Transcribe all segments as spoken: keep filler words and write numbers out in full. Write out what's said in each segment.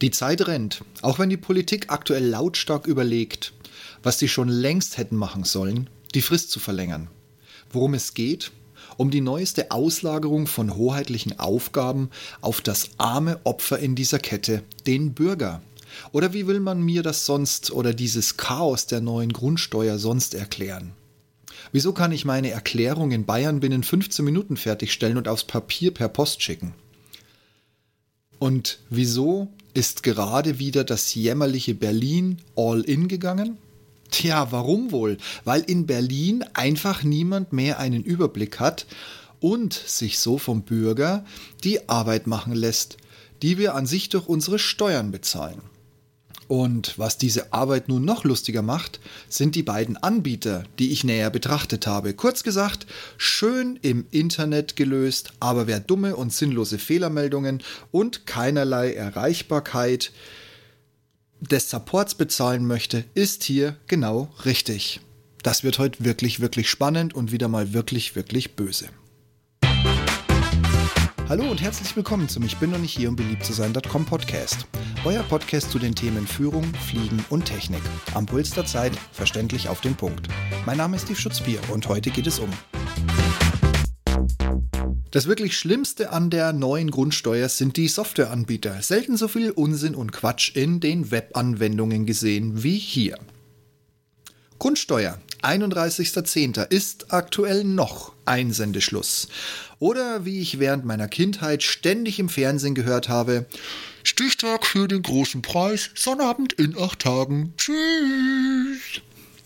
Die Zeit rennt, auch wenn die Politik aktuell lautstark überlegt, was sie schon längst hätten machen sollen, die Frist zu verlängern. Worum es geht? Um die neueste Auslagerung von hoheitlichen Aufgaben auf das arme Opfer in dieser Kette, den Bürger. Oder wie will man mir das sonst oder dieses Chaos der neuen Grundsteuer sonst erklären? Wieso kann ich meine Erklärung in Bayern binnen fünfzehn Minuten fertigstellen und aufs Papier per Post schicken? Und wieso ist gerade wieder das jämmerliche Berlin all in gegangen? Tja, warum wohl? Weil in Berlin einfach niemand mehr einen Überblick hat und sich so vom Bürger die Arbeit machen lässt, die wir an sich durch unsere Steuern bezahlen. Und was diese Arbeit nun noch lustiger macht, sind die beiden Anbieter, die ich näher betrachtet habe. Kurz gesagt, schön im Internet gelöst, aber wer dumme und sinnlose Fehlermeldungen und keinerlei Erreichbarkeit des Supports bezahlen möchte, ist hier genau richtig. Das wird heute wirklich, wirklich spannend und wieder mal wirklich, wirklich böse. Hallo und herzlich willkommen zum Ich bin noch nicht hier, um beliebt zu sein Punkt com Podcast. Euer Podcast zu den Themen Führung, Fliegen und Technik. Am Puls der Zeit, verständlich auf den Punkt. Mein Name ist Steve Schutzbier und heute geht es um das wirklich Schlimmste an der neuen Grundsteuer sind die Softwareanbieter. Selten so viel Unsinn und Quatsch in den Webanwendungen gesehen wie hier. Grundsteuer, einunddreißigster zehnter ist aktuell noch Einsendeschluss. Oder wie ich während meiner Kindheit ständig im Fernsehen gehört habe, Stichtag für den großen Preis, Sonnabend in acht Tagen, tschüss.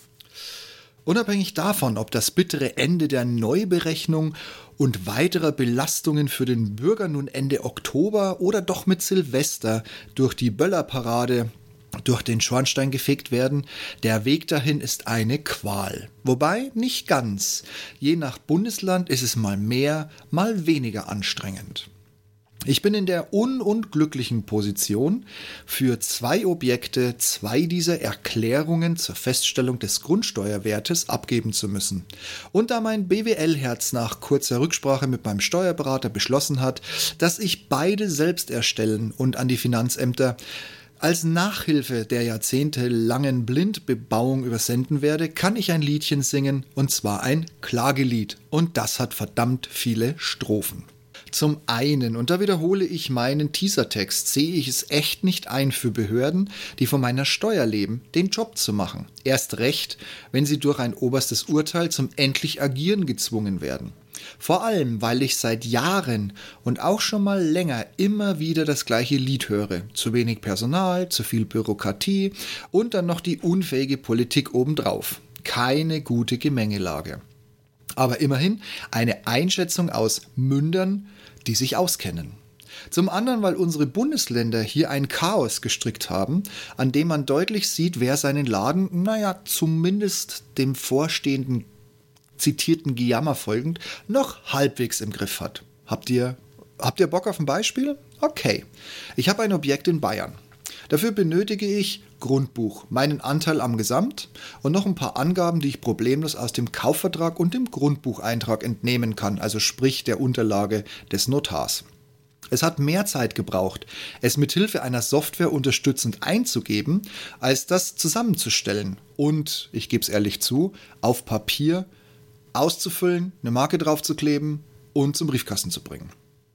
Unabhängig davon, ob das bittere Ende der Neuberechnung und weiterer Belastungen für den Bürger nun Ende Oktober oder doch mit Silvester durch die Böllerparade durch den Schornstein gefegt werden, der Weg dahin ist eine Qual. Wobei nicht ganz. Je nach Bundesland ist es mal mehr, mal weniger anstrengend. Ich bin in der ununglücklichen Position, für zwei Objekte zwei dieser Erklärungen zur Feststellung des Grundsteuerwertes abgeben zu müssen. Und da mein B W L-Herz nach kurzer Rücksprache mit meinem Steuerberater beschlossen hat, dass ich beide selbst erstellen und an die Finanzämter als Nachhilfe der jahrzehntelangen Blindbebauung übersenden werde, kann ich ein Liedchen singen, und zwar ein Klagelied. Und das hat verdammt viele Strophen. Zum einen, und da wiederhole ich meinen Teasertext, sehe ich es echt nicht ein für Behörden, die von meiner Steuer leben, den Job zu machen. Erst recht, wenn sie durch ein oberstes Urteil zum endlich Agieren gezwungen werden. Vor allem, weil ich seit Jahren und auch schon mal länger immer wieder das gleiche Lied höre. Zu wenig Personal, zu viel Bürokratie und dann noch die unfähige Politik obendrauf. Keine gute Gemengelage. Aber immerhin eine Einschätzung aus Mündern, die sich auskennen. Zum anderen, weil unsere Bundesländer hier ein Chaos gestrickt haben, an dem man deutlich sieht, wer seinen Laden, naja, zumindest dem vorstehenden zitierten Gejammer folgend, noch halbwegs im Griff hat. Habt ihr, habt ihr Bock auf ein Beispiel? Okay. Ich habe ein Objekt in Bayern. Dafür benötige ich Grundbuch, meinen Anteil am Gesamt und noch ein paar Angaben, die ich problemlos aus dem Kaufvertrag und dem Grundbucheintrag entnehmen kann, also sprich der Unterlage des Notars. Es hat mehr Zeit gebraucht, es mit Hilfe einer Software unterstützend einzugeben, als das zusammenzustellen und, ich gebe es ehrlich zu, auf Papier auszufüllen, eine Marke drauf zu kleben und zum Briefkasten zu bringen.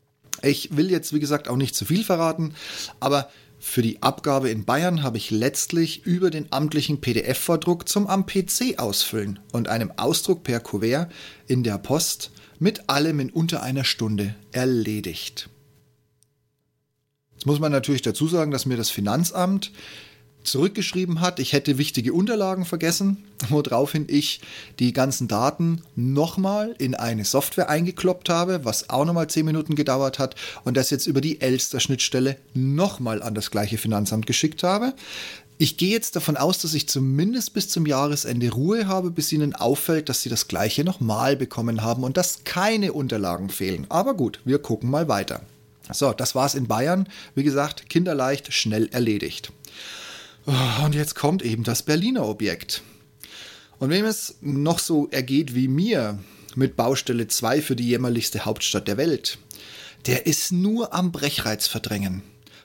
Ich will jetzt, wie gesagt, auch nicht zu viel verraten, aber für die Abgabe in Bayern habe ich letztlich über den amtlichen P D F-Vordruck zum am P C ausfüllen und einem Ausdruck per Kuvert in der Post mit allem in unter einer Stunde erledigt. Jetzt muss man natürlich dazu sagen, dass mir das Finanzamt zurückgeschrieben hat, ich hätte wichtige Unterlagen vergessen, woraufhin ich die ganzen Daten nochmal in eine Software eingekloppt habe, was auch nochmal zehn Minuten gedauert hat und das jetzt über die Elster-Schnittstelle nochmal an das gleiche Finanzamt geschickt habe. Ich gehe jetzt davon aus, dass ich zumindest bis zum Jahresende Ruhe habe, bis Ihnen auffällt, dass Sie das gleiche nochmal bekommen haben und dass keine Unterlagen fehlen. Aber gut, wir gucken mal weiter. So, das war's in Bayern. Wie gesagt, kinderleicht, schnell erledigt. Und jetzt kommt eben das Berliner Objekt. Und wem es noch so ergeht wie mir mit Baustelle zwei für die jämmerlichste Hauptstadt der Welt, der ist nur am Brechreiz verdrängen.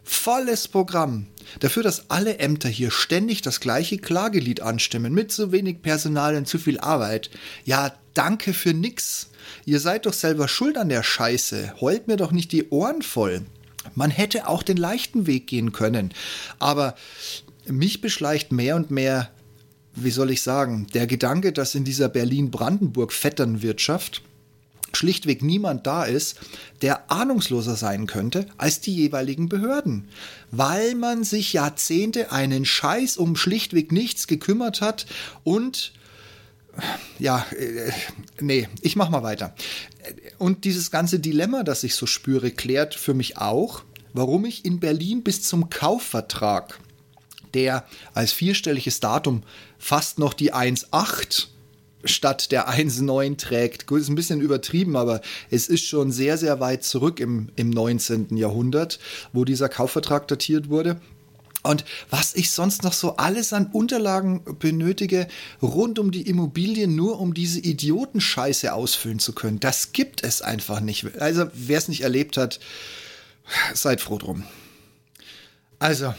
Volles Programm. Dafür, dass alle Ämter hier ständig das gleiche Klagelied anstimmen, mit zu wenig Personal und zu viel Arbeit. Ja, danke für nix. Ihr seid doch selber schuld an der Scheiße. Heult mir doch nicht die Ohren voll. Man hätte auch den leichten Weg gehen können. Aber mich beschleicht mehr und mehr, wie soll ich sagen, der Gedanke, dass in dieser Berlin-Brandenburg-Vetternwirtschaft schlichtweg niemand da ist, der ahnungsloser sein könnte als die jeweiligen Behörden, weil man sich Jahrzehnte einen Scheiß um schlichtweg nichts gekümmert hat und ja, äh, nee, ich mach mal weiter. Und dieses ganze Dilemma, das ich so spüre, klärt für mich auch, warum ich in Berlin bis zum Kaufvertrag, der als vierstelliges Datum fast noch die eins Komma acht statt der eins Komma neun trägt. Gut, ist ein bisschen übertrieben, aber es ist schon sehr, sehr weit zurück im, im neunzehnten Jahrhundert, wo dieser Kaufvertrag datiert wurde. Und was ich sonst noch so alles an Unterlagen benötige, rund um die Immobilie, nur um diese Idiotenscheiße ausfüllen zu können, das gibt es einfach nicht. Also, wer es nicht erlebt hat, seid froh drum. Also,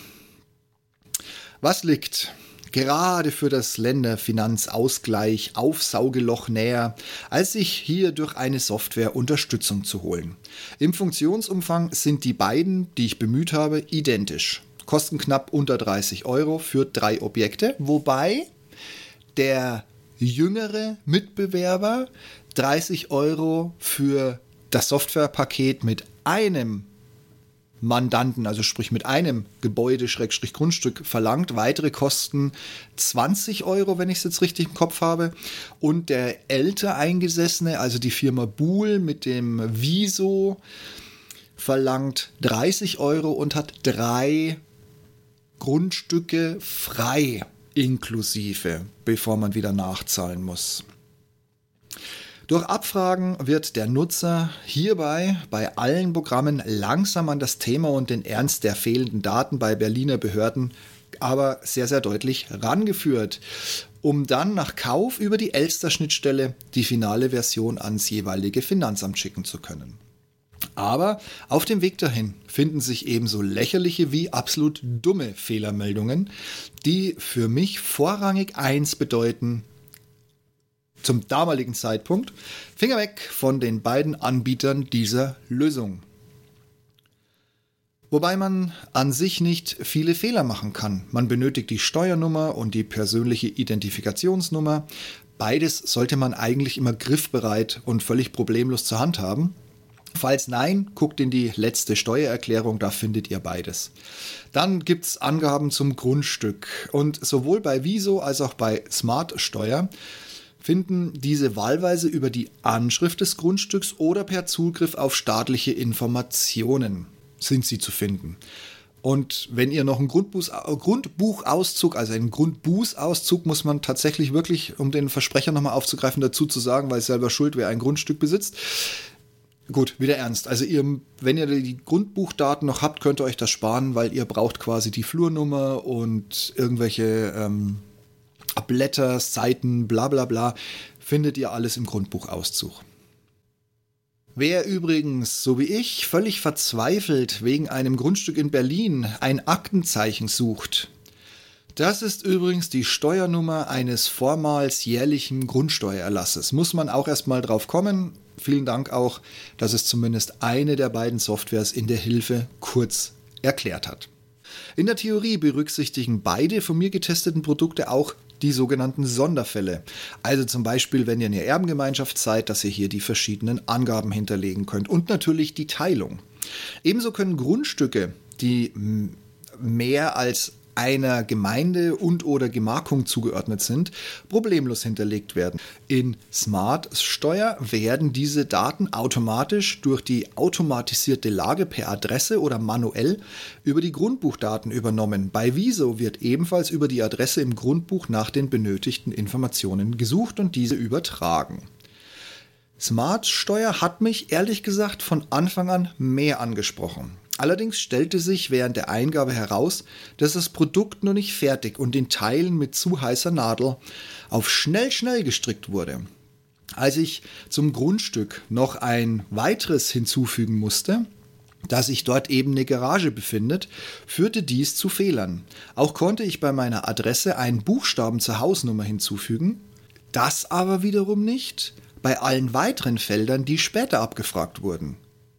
was liegt gerade für das Länderfinanzausgleich Aufsaugeloch näher, als sich hier durch eine Software Unterstützung zu holen? Im Funktionsumfang sind die beiden, die ich bemüht habe, identisch. Kosten knapp unter dreißig Euro für drei Objekte, wobei der jüngere Mitbewerber dreißig Euro für das Softwarepaket mit einem Mandanten, also sprich mit einem Gebäude-Grundstück verlangt. Weitere kosten zwanzig Euro, wenn ich es jetzt richtig im Kopf habe. Und der älter Eingesessene, also die Firma Buhl mit dem Wieso, verlangt dreißig Euro und hat drei Grundstücke frei inklusive, bevor man wieder nachzahlen muss. Durch Abfragen wird der Nutzer hierbei bei allen Programmen langsam an das Thema und den Ernst der fehlenden Daten bei Berliner Behörden aber sehr, sehr deutlich rangeführt, um dann nach Kauf über die Elster-Schnittstelle die finale Version ans jeweilige Finanzamt schicken zu können. Aber auf dem Weg dahin finden sich ebenso lächerliche wie absolut dumme Fehlermeldungen, die für mich vorrangig eins bedeuten: zum damaligen Zeitpunkt Finger weg von den beiden Anbietern dieser Lösung. Wobei man an sich nicht viele Fehler machen kann. Man benötigt die Steuernummer und die persönliche Identifikationsnummer. Beides sollte man eigentlich immer griffbereit und völlig problemlos zur Hand haben. Falls nein, guckt in die letzte Steuererklärung, da findet ihr beides. Dann gibt es Angaben zum Grundstück. Und sowohl bei Wieso als auch bei Smartsteuer finden diese wahlweise über die Anschrift des Grundstücks oder per Zugriff auf staatliche Informationen sind sie zu finden. Und wenn ihr noch einen Grundbuß, Grundbuchauszug, also einen Grundbußauszug, muss man tatsächlich wirklich, um den Versprecher nochmal aufzugreifen, dazu zu sagen, weil selber schuld, wer ein Grundstück besitzt. Gut, wieder ernst. Also ihr, wenn ihr die Grundbuchdaten noch habt, könnt ihr euch das sparen, weil ihr braucht quasi die Flurnummer und irgendwelche ähm, Blätter, Seiten, bla bla bla, findet ihr alles im Grundbuchauszug. Wer übrigens, so wie ich, völlig verzweifelt wegen einem Grundstück in Berlin ein Aktenzeichen sucht, das ist übrigens die Steuernummer eines vormals jährlichen Grundsteuererlasses. Muss man auch erstmal drauf kommen. Vielen Dank auch, dass es zumindest eine der beiden Softwares in der Hilfe kurz erklärt hat. In der Theorie berücksichtigen beide von mir getesteten Produkte auch die sogenannten Sonderfälle. Also zum Beispiel, wenn ihr eine Erbengemeinschaft seid, dass ihr hier die verschiedenen Angaben hinterlegen könnt und natürlich die Teilung. Ebenso können Grundstücke, die mehr als einer Gemeinde und oder Gemarkung zugeordnet sind, problemlos hinterlegt werden. In Smartsteuer werden diese Daten automatisch durch die automatisierte Lage per Adresse oder manuell über die Grundbuchdaten übernommen. Bei Wieso wird ebenfalls über die Adresse im Grundbuch nach den benötigten Informationen gesucht und diese übertragen. Smartsteuer hat mich ehrlich gesagt von Anfang an mehr angesprochen. Allerdings stellte sich während der Eingabe heraus, dass das Produkt noch nicht fertig und in Teilen mit zu heißer Nadel auf schnell schnell gestrickt wurde. Als ich zum Grundstück noch ein weiteres hinzufügen musste, Da sich dort eben eine Garage befindet, führte dies zu Fehlern. Auch konnte ich bei meiner Adresse einen Buchstaben zur Hausnummer hinzufügen, das aber wiederum nicht bei allen weiteren Feldern, die später abgefragt wurden.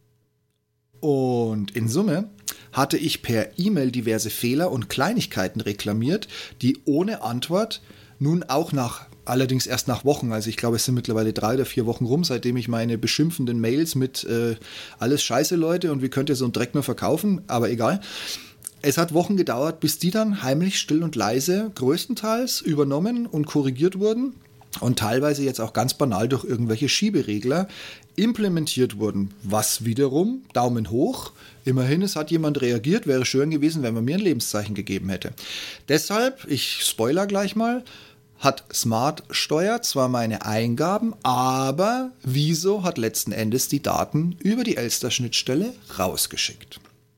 Und in Summe hatte ich per E-Mail diverse Fehler und Kleinigkeiten reklamiert, die ohne Antwort nun auch nach, allerdings erst nach Wochen, also ich glaube es sind mittlerweile drei oder vier Wochen rum, seitdem ich meine beschimpfenden Mails mit äh, alles scheiße Leute und wie könnt ihr so einen Dreck nur verkaufen, aber egal. Es hat Wochen gedauert, bis die dann heimlich, still und leise größtenteils übernommen und korrigiert wurden. Und teilweise jetzt auch ganz banal durch irgendwelche Schieberegler implementiert wurden, was wiederum, Daumen hoch, immerhin, es hat jemand reagiert, wäre schön gewesen, wenn man mir ein Lebenszeichen gegeben hätte. Deshalb, ich spoiler gleich mal, hat Smart Steuer zwar meine Eingaben, aber Wieso hat letzten Endes die Daten über die Elster-Schnittstelle rausgeschickt.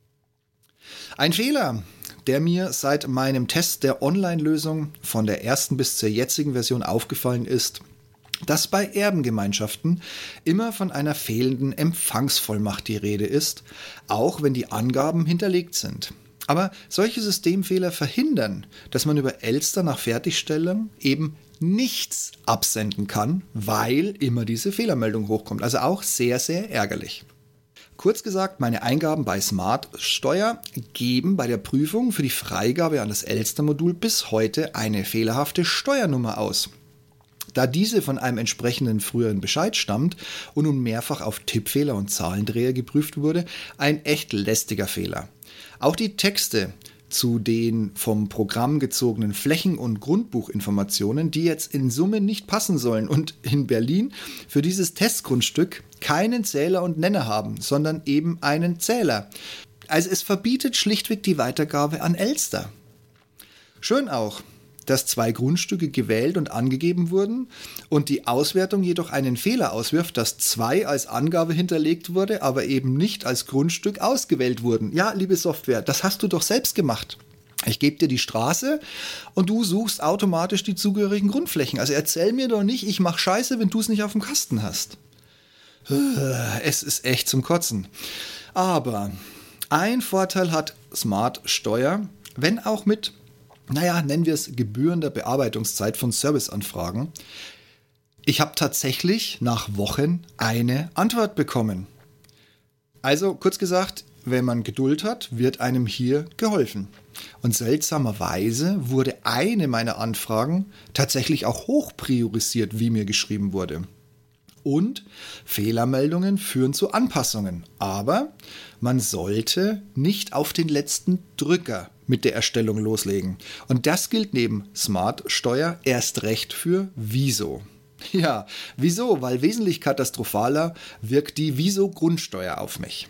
Ein Fehler, der mir seit meinem Test der Online-Lösung von der ersten bis zur jetzigen Version aufgefallen ist, dass bei Erbengemeinschaften immer von einer fehlenden Empfangsvollmacht die Rede ist, auch wenn die Angaben hinterlegt sind. Aber solche Systemfehler verhindern, dass man über Elster nach Fertigstellung eben nichts absenden kann, weil immer diese Fehlermeldung hochkommt. Also auch sehr, sehr ärgerlich. Kurz gesagt, meine Eingaben bei Smart Steuer geben bei der Prüfung für die Freigabe an das Elster-Modul bis heute eine fehlerhafte Steuernummer aus. Da diese von einem entsprechenden früheren Bescheid stammt und nun mehrfach auf Tippfehler und Zahlendreher geprüft wurde, ein echt lästiger Fehler. Auch die Texte zu den vom Programm gezogenen Flächen- und Grundbuchinformationen, die jetzt in Summe nicht passen sollen und in Berlin für dieses Testgrundstück keinen Zähler und Nenner haben, sondern eben einen Zähler. Also es verbietet schlichtweg die Weitergabe an Elster. Schön auch, dass zwei Grundstücke gewählt und angegeben wurden und die Auswertung jedoch einen Fehler auswirft, dass zwei als Angabe hinterlegt wurde, aber eben nicht als Grundstück ausgewählt wurden. Ja, liebe Software, das hast du doch selbst gemacht. Ich gebe dir die Straße und du suchst automatisch die zugehörigen Grundflächen. Also erzähl mir doch nicht, ich mache Scheiße, wenn du es nicht auf dem Kasten hast. Es ist echt zum Kotzen. Aber ein Vorteil hat Smart Steuer, wenn auch mit, naja, nennen wir es gebührender Bearbeitungszeit von Serviceanfragen. Ich habe tatsächlich nach Wochen eine Antwort bekommen. Also kurz gesagt, wenn man Geduld hat, wird einem hier geholfen. Und seltsamerweise wurde eine meiner Anfragen tatsächlich auch hoch priorisiert, wie mir geschrieben wurde. Und Fehlermeldungen führen zu Anpassungen. Aber man sollte nicht auf den letzten Drücker mit der Erstellung loslegen. Und das gilt neben Smart Steuer erst recht für Wieso. Ja, wieso? Weil wesentlich katastrophaler wirkt die Wieso-Grundsteuer auf mich.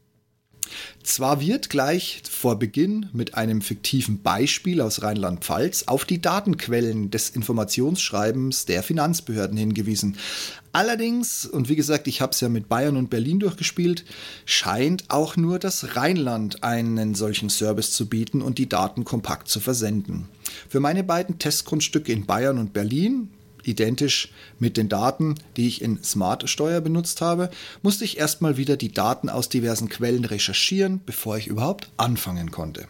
Zwar wird gleich vor Beginn mit einem fiktiven Beispiel aus Rheinland-Pfalz auf die Datenquellen des Informationsschreibens der Finanzbehörden hingewiesen. Allerdings, und wie gesagt, ich habe es ja mit Bayern und Berlin durchgespielt, scheint auch nur das Rheinland einen solchen Service zu bieten und die Daten kompakt zu versenden. Für meine beiden Testgrundstücke in Bayern und Berlin, identisch mit den Daten, die ich in Smart Steuer benutzt habe, musste ich erstmal wieder die Daten aus diversen Quellen recherchieren, bevor ich überhaupt anfangen konnte.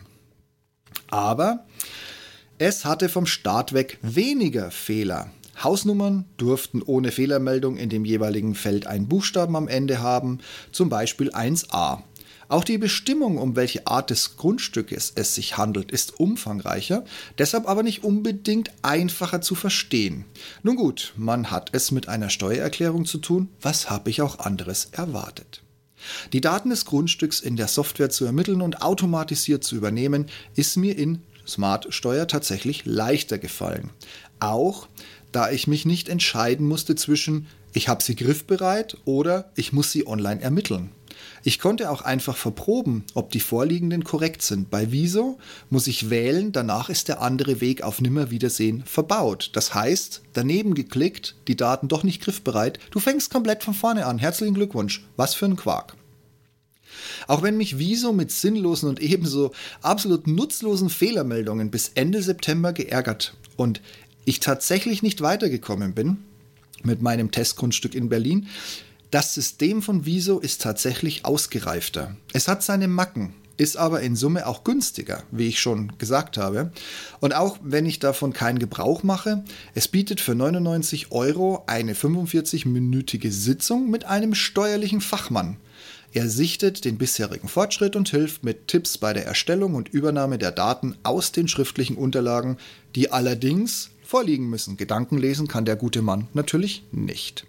Aber es hatte vom Start weg weniger Fehler. Hausnummern durften ohne Fehlermeldung in dem jeweiligen Feld einen Buchstaben am Ende haben, zum Beispiel eins a. Auch die Bestimmung, um welche Art des Grundstückes es sich handelt, ist umfangreicher, deshalb aber nicht unbedingt einfacher zu verstehen. Nun gut, man hat es mit einer Steuererklärung zu tun, was habe ich auch anderes erwartet. Die Daten des Grundstücks in der Software zu ermitteln und automatisiert zu übernehmen, ist mir in Smart Steuer tatsächlich leichter gefallen. Auch da ich mich nicht entscheiden musste zwischen ich habe sie griffbereit oder ich muss sie online ermitteln. Ich konnte auch einfach verproben, ob die vorliegenden korrekt sind. Bei Wieso muss ich wählen, danach ist der andere Weg auf Nimmerwiedersehen verbaut. Das heißt, daneben geklickt, die Daten doch nicht griffbereit, du fängst komplett von vorne an. Herzlichen Glückwunsch, was für ein Quark. Auch wenn mich Wieso mit sinnlosen und ebenso absolut nutzlosen Fehlermeldungen bis Ende September geärgert und ich tatsächlich nicht weitergekommen bin mit meinem Testgrundstück in Berlin, Das System von Wieso ist tatsächlich ausgereifter. Es hat seine Macken, ist aber in Summe auch günstiger, wie ich schon gesagt habe. Und auch wenn ich davon keinen Gebrauch mache, es bietet für neunundneunzig Euro eine fünfundvierzig-minütige Sitzung mit einem steuerlichen Fachmann. Er sichtet den bisherigen Fortschritt und hilft mit Tipps bei der Erstellung und Übernahme der Daten aus den schriftlichen Unterlagen, die allerdings vorliegen müssen. Gedanken lesen kann der gute Mann natürlich nicht.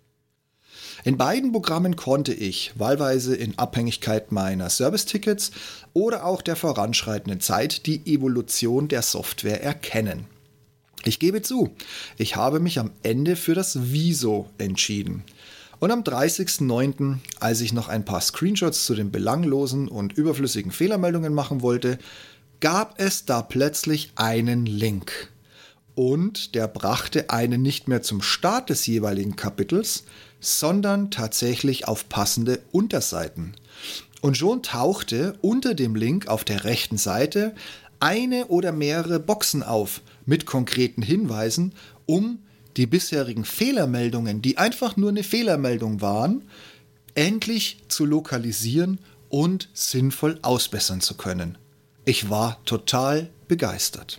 In beiden Programmen konnte ich, wahlweise in Abhängigkeit meiner Servicetickets oder auch der voranschreitenden Zeit, die Evolution der Software erkennen. Ich gebe zu, ich habe mich am Ende für das Wieso entschieden. Und am dreißigsten neunten, als ich noch ein paar Screenshots zu den belanglosen und überflüssigen Fehlermeldungen machen wollte, gab es da plötzlich einen Link. Und der brachte einen nicht mehr zum Start des jeweiligen Kapitels, sondern tatsächlich auf passende Unterseiten. Und schon tauchte unter dem Link auf der rechten Seite eine oder mehrere Boxen auf mit konkreten Hinweisen, um die bisherigen Fehlermeldungen, die einfach nur eine Fehlermeldung waren, endlich zu lokalisieren und sinnvoll ausbessern zu können. Ich war total begeistert.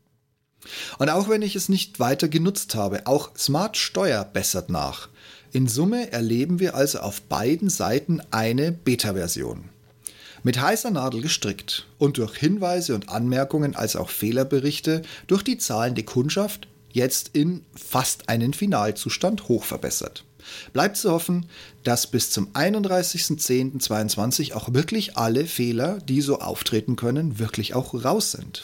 Und auch wenn ich es nicht weiter genutzt habe, auch Smart Steuer bessert nach. In Summe erleben wir also auf beiden Seiten eine Beta-Version. Mit heißer Nadel gestrickt und durch Hinweise und Anmerkungen als auch Fehlerberichte durch die zahlende Kundschaft jetzt in fast einen Finalzustand hochverbessert. Bleibt zu hoffen, dass bis zum einunddreißigsten zehnten zweiundzwanzig auch wirklich alle Fehler, die so auftreten können, wirklich auch raus sind.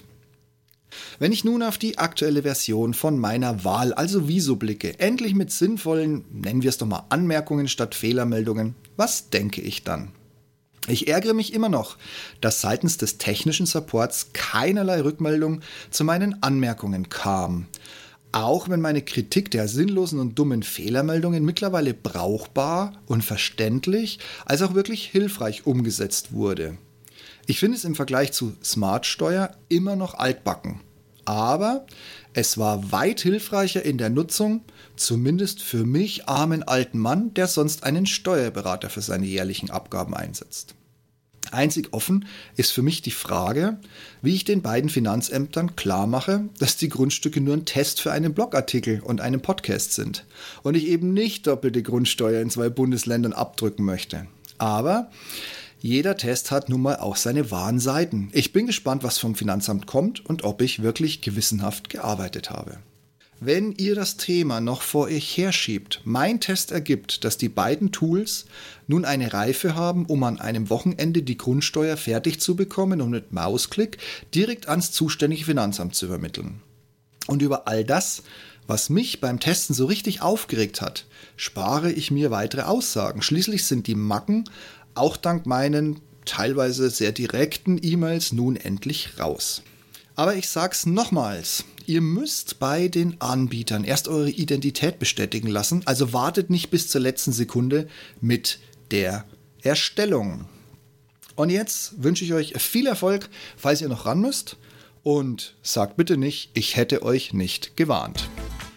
Wenn ich nun auf die aktuelle Version von meiner Wahl, also Wieso, blicke, endlich mit sinnvollen, nennen wir es doch mal Anmerkungen statt Fehlermeldungen, was denke ich dann? Ich ärgere mich immer noch, dass seitens des technischen Supports keinerlei Rückmeldung zu meinen Anmerkungen kam. Auch wenn meine Kritik der sinnlosen und dummen Fehlermeldungen mittlerweile brauchbar und verständlich, als auch wirklich hilfreich umgesetzt wurde. Ich finde es im Vergleich zu Smart Steuer immer noch altbacken. Aber es war weit hilfreicher in der Nutzung, zumindest für mich, armen alten Mann, der sonst einen Steuerberater für seine jährlichen Abgaben einsetzt. Einzig offen ist für mich die Frage, wie ich den beiden Finanzämtern klar mache, dass die Grundstücke nur ein Test für einen Blogartikel und einen Podcast sind und ich eben nicht doppelte Grundsteuer in zwei Bundesländern abdrücken möchte. Aber jeder Test hat nun mal auch seine wahren Seiten. Ich bin gespannt, was vom Finanzamt kommt und ob ich wirklich gewissenhaft gearbeitet habe. Wenn ihr das Thema noch vor euch herschiebt, mein Test ergibt, dass die beiden Tools nun eine Reife haben, um an einem Wochenende die Grundsteuer fertig zu bekommen und mit Mausklick direkt ans zuständige Finanzamt zu übermitteln. Und über all das, was mich beim Testen so richtig aufgeregt hat, spare ich mir weitere Aussagen. Schließlich sind die Macken auch dank meinen teilweise sehr direkten E-Mails nun endlich raus. Aber ich sag's nochmals, ihr müsst bei den Anbietern erst eure Identität bestätigen lassen, also wartet nicht bis zur letzten Sekunde mit der Erstellung. Und jetzt wünsche ich euch viel Erfolg, falls ihr noch ran müsst, und sagt bitte nicht, ich hätte euch nicht gewarnt.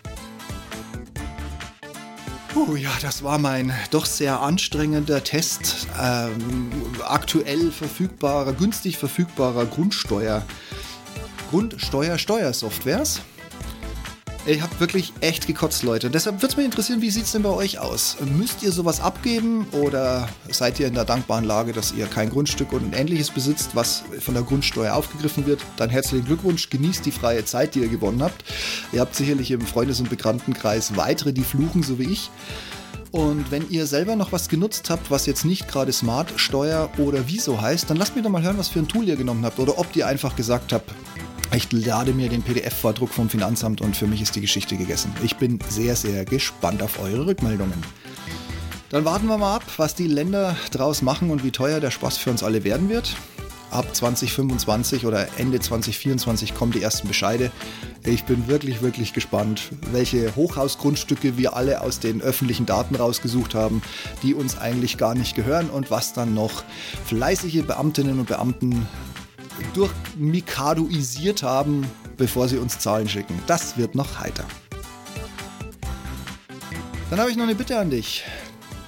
Puh, ja, das war mein doch sehr anstrengender Test ähm, aktuell verfügbarer, günstig verfügbarer Grundsteuer, Grundsteuer-Steuersoftwares. Ich habe wirklich echt gekotzt, Leute. Und deshalb würde es mich interessieren, wie sieht es denn bei euch aus? Müsst ihr sowas abgeben oder seid ihr in der dankbaren Lage, dass ihr kein Grundstück und Ähnliches besitzt, was von der Grundsteuer aufgegriffen wird? Dann herzlichen Glückwunsch, genießt die freie Zeit, die ihr gewonnen habt. Ihr habt sicherlich im Freundes- und Bekanntenkreis weitere, die fluchen, so wie ich. Und wenn ihr selber noch was genutzt habt, was jetzt nicht gerade Smart Steuer oder Wieso heißt, dann lasst mich doch mal hören, was für ein Tool ihr genommen habt oder ob ihr einfach gesagt habt, ich lade mir den P D F-Vordruck vom Finanzamt und für mich ist die Geschichte gegessen. Ich bin sehr, sehr gespannt auf eure Rückmeldungen. Dann warten wir mal ab, was die Länder draus machen und wie teuer der Spaß für uns alle werden wird. Ab zwanzig fünfundzwanzig oder Ende zwanzig vierundzwanzig kommen die ersten Bescheide. Ich bin wirklich, wirklich gespannt, welche Hochhausgrundstücke wir alle aus den öffentlichen Daten rausgesucht haben, die uns eigentlich gar nicht gehören und was dann noch fleißige Beamtinnen und Beamten durchmikadoisiert haben, bevor sie uns Zahlen schicken. Das wird noch heiter. Dann habe ich noch eine Bitte an dich.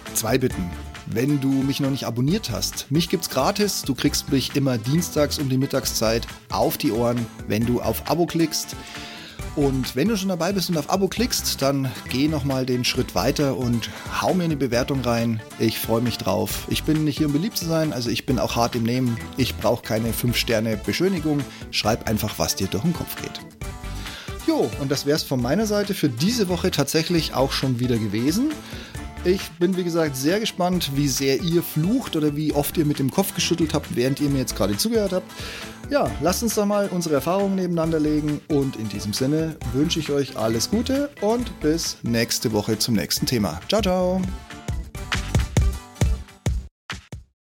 Zwei Bitten. Wenn du mich noch nicht abonniert hast, mich gibt's gratis. Du kriegst mich immer dienstags um die Mittagszeit auf die Ohren, wenn du auf Abo klickst. Und wenn du schon dabei bist und auf Abo klickst, dann geh nochmal den Schritt weiter und hau mir eine Bewertung rein. Ich freue mich drauf. Ich bin nicht hier, um beliebt zu sein, also ich bin auch hart im Nehmen. Ich brauche keine fünf Sterne Beschönigung. Schreib einfach, was dir durch den Kopf geht. Jo, und das wär's von meiner Seite für diese Woche tatsächlich auch schon wieder gewesen. Ich bin, wie gesagt, sehr gespannt, wie sehr ihr flucht oder wie oft ihr mit dem Kopf geschüttelt habt, während ihr mir jetzt gerade zugehört habt. Ja, lasst uns doch mal unsere Erfahrungen nebeneinander legen und in diesem Sinne wünsche ich euch alles Gute und bis nächste Woche zum nächsten Thema. Ciao, ciao!